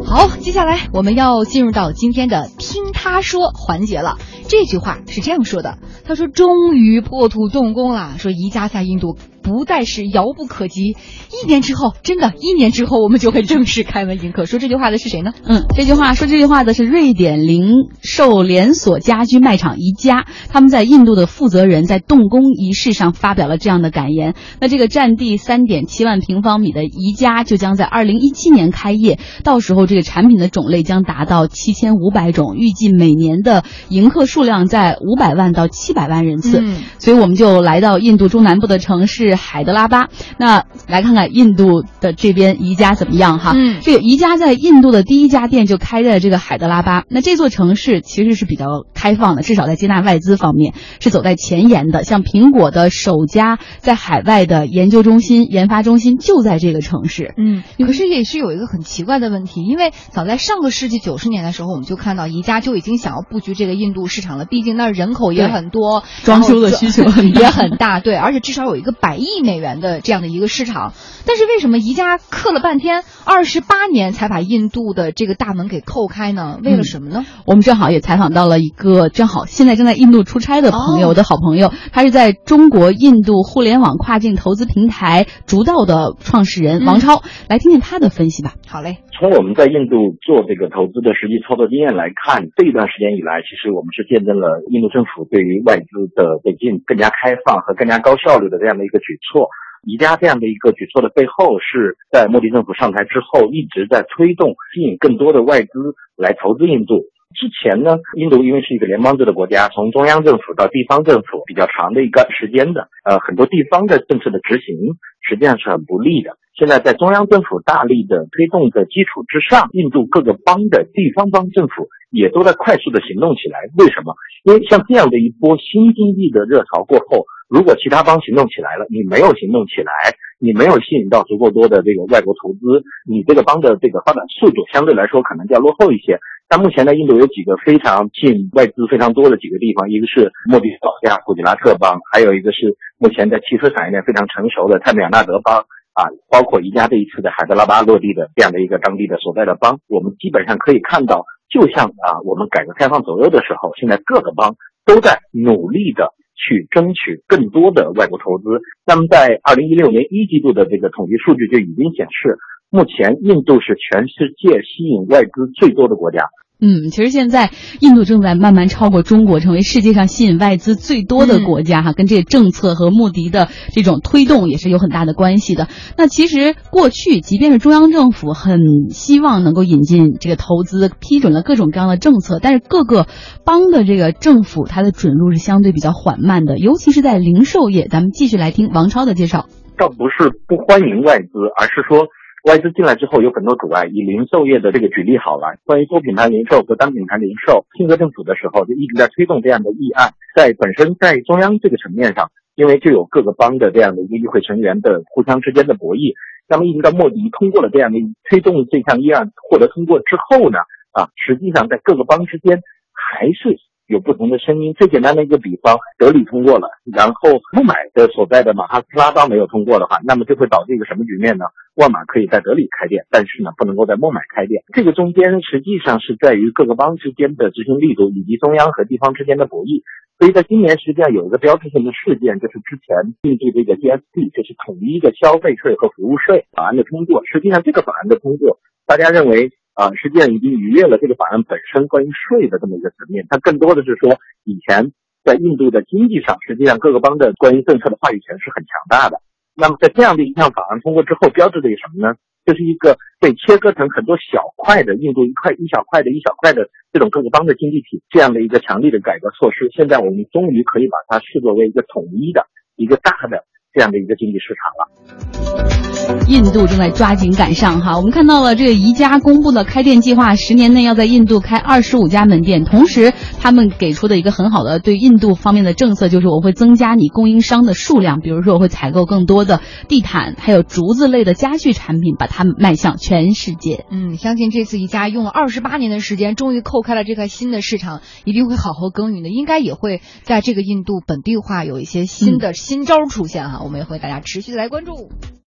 好，接下来我们要进入到今天的听他说环节了。这句话是这样说的，他说终于破土动工了，说宜家在印度不再是遥不可及，1年之后，真的1年之后我们就会正式开门迎客。说这句话的是谁呢？ 说这句话的是瑞典零售连锁家居卖场宜家，他们在印度的负责人在动工仪式上发表了这样的感言。那这个占地3.7万平方米的宜家就将在2017年开业，到时候这个产品的种类将达到7500种，预计每年的迎客数量在500万到700万人次。所以我们就来到印度中南部的城市海德拉巴，那来看看印度的这边宜家怎么样哈。这个宜家在印度的第一家店就开在这个海德拉巴，那这座城市其实是比较开放的，至少在接纳外资方面是走在前沿的。像苹果的首家在海外的研究中心、研发中心就在这个城市。 可是也是有一个很奇怪的问题，因为早在上个世纪90年的时候，我们就看到宜家就已经想要布局这个印度市场了，毕竟那儿人口也很多， 装修的需求也很大，对，而且至少有一个100亿美元的这样的一个市场。但是为什么宜家刻了半天28年才把印度的这个大门给扣开呢？为了什么呢？ 我们正好也采访到了一个现在正在印度出差的朋友，我的好朋友，他是在中国印度互联网跨境投资平台竹道的创始人王超，来听听他的分析吧。 好嘞。 从我们在印度做这个投资的实际操作经验来看，这一段时间以来，其实我们是见证了印度政府对于外资的北进更加开放和更加高效率的这样的一个举措。宜家这样的一个举措的背后，是在莫迪政府上台之后一直在推动吸引更多的外资来投资印度。之前呢，印度因为是一个联邦制的国家，从中央政府到地方政府比较长的一个时间的，很多地方的政策的执行实际上是很不利的。现在在中央政府大力的推动的基础之上，印度各个邦的地方政府也都在快速的行动起来。为什么？因为像这样的一波新经济的热潮过后，如果其他邦行动起来了，你没有行动起来，你没有吸引到足够多的这个外国投资，你这个邦的这个发展速度相对来说可能就要落后一些。但目前呢，印度有几个非常吸引外资非常多的几个地方，一个是莫迪老家古吉拉特邦，还有一个是目前在汽车产业链非常成熟的泰米尔纳德邦包括宜家这一次在海德拉巴落地的这样的一个当地的所在的邦。我们基本上可以看到，就像我们改革开放左右的时候，现在各个邦都在努力的去争取更多的外国投资。那么在2016年1季度的这个统计数据就已经显示，目前印度是全世界吸引外资最多的国家。 其实现在印度正在慢慢超过中国，成为世界上吸引外资最多的国家跟这个政策和穆迪的这种推动也是有很大的关系的。那其实过去即便是中央政府很希望能够引进这个投资，批准了各种各样的政策，但是各个邦的这个政府它的准入是相对比较缓慢的，尤其是在零售业。咱们继续来听王超的介绍。 倒不是不欢迎外资，而是说外资进来之后有很多阻碍。以零售业的这个举例好了，关于多品牌零售和单品牌零售，新泽政府的时候就一直在推动这样的议案。在本身在中央这个层面上，因为就有各个邦的这样的一个议会成员的互相之间的博弈，那么一直到莫迪通过了这样的推动这项议案获得通过之后呢，实际上在各个邦之间还是有不同的声音。最简单的一个比方，德里通过了，然后孟买的所在的马哈斯拉邦没有通过的话，那么就会导致一个什么局面呢？沃尔玛可以在德里开店，但是呢不能够在孟买开店。这个中间实际上是在于各个邦之间的执行力度以及中央和地方之间的博弈。所以在今年实际上有一个标志性的事件，就是之前印度这个 GST， 就是统一的消费税和服务税法案的通过。实际上这个法案的通过，大家认为实际上已经逾越了这个法案本身关于税的这么一个层面，它更多的是说以前在印度的经济上，实际上各个邦的关于政策的话语权是很强大的。那么在这样的一项法案通过之后，标志着什么呢？就是一个被切割成很多小块的印度一小块的这种各个邦的经济体，这样的一个强力的改革措施，现在我们终于可以把它视作为一个统一的一个大的这样的一个经济市场了。 印度正在抓紧赶上哈，我们看到了这个宜家公布的开店计划，10年内要在印度开25家门店。同时他们给出的一个很好的对印度方面的政策，就是我会增加你供应商的数量，比如说我会采购更多的地毯还有竹子类的家具产品，把它们迈向全世界。 相信这次宜家用了28年的时间，终于扣开了这块新的市场，一定会好好耕耘的，应该也会在这个印度本地化有一些新的新招出现哈，我们也会大家持续的来关注。